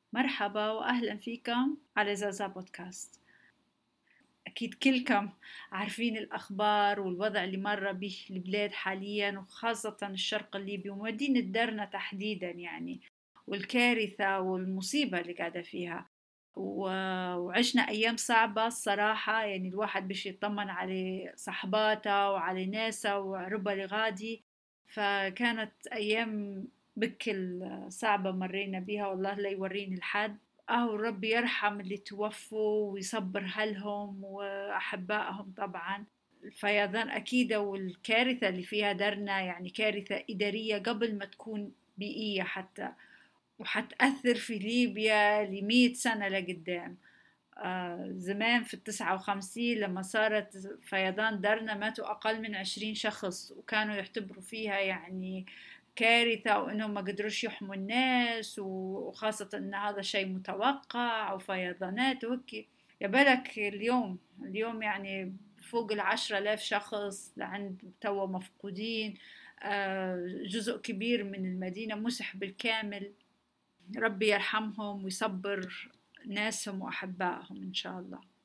مرحبا وأهلا فيكم على زازا بودكاست. أكيد كلكم عارفين الأخبار والوضع اللي مر به البلاد حاليا، وخاصة الشرق الليبي ومدينة درنا تحديدا يعني، والكارثة والمصيبة اللي قاعدة فيها. وعشنا أيام صعبة الصراحة، يعني الواحد بش يطمن على صحباته وعلى ناسه وعربة لغادي. فكانت أيام بكل صعبة مرينا بيها، والله لا يوريني الحد. رب يرحم اللي توفوا ويصبر أهلهم وأحبائهم طبعا. الفيضان أكيد والكارثة اللي فيها درنا يعني كارثة إدارية قبل ما تكون بيئية حتى، وحتأثر في ليبيا لمية سنة لقدام. زمان في 59 لما صارت فيضان درنا ماتوا أقل من 20 شخص، وكانوا يعتبروا فيها يعني كارثة، وإنهم ما قدروش يحموا الناس، وخاصة إن هذا شيء متوقع وفيضانات وهيك. يا بالك اليوم يعني فوق 10,000 شخص لعند توا مفقودين. جزء كبير من المدينة مسح بالكامل. ربي يرحمهم ويصبر ناسهم وأحبائهم إن شاء الله.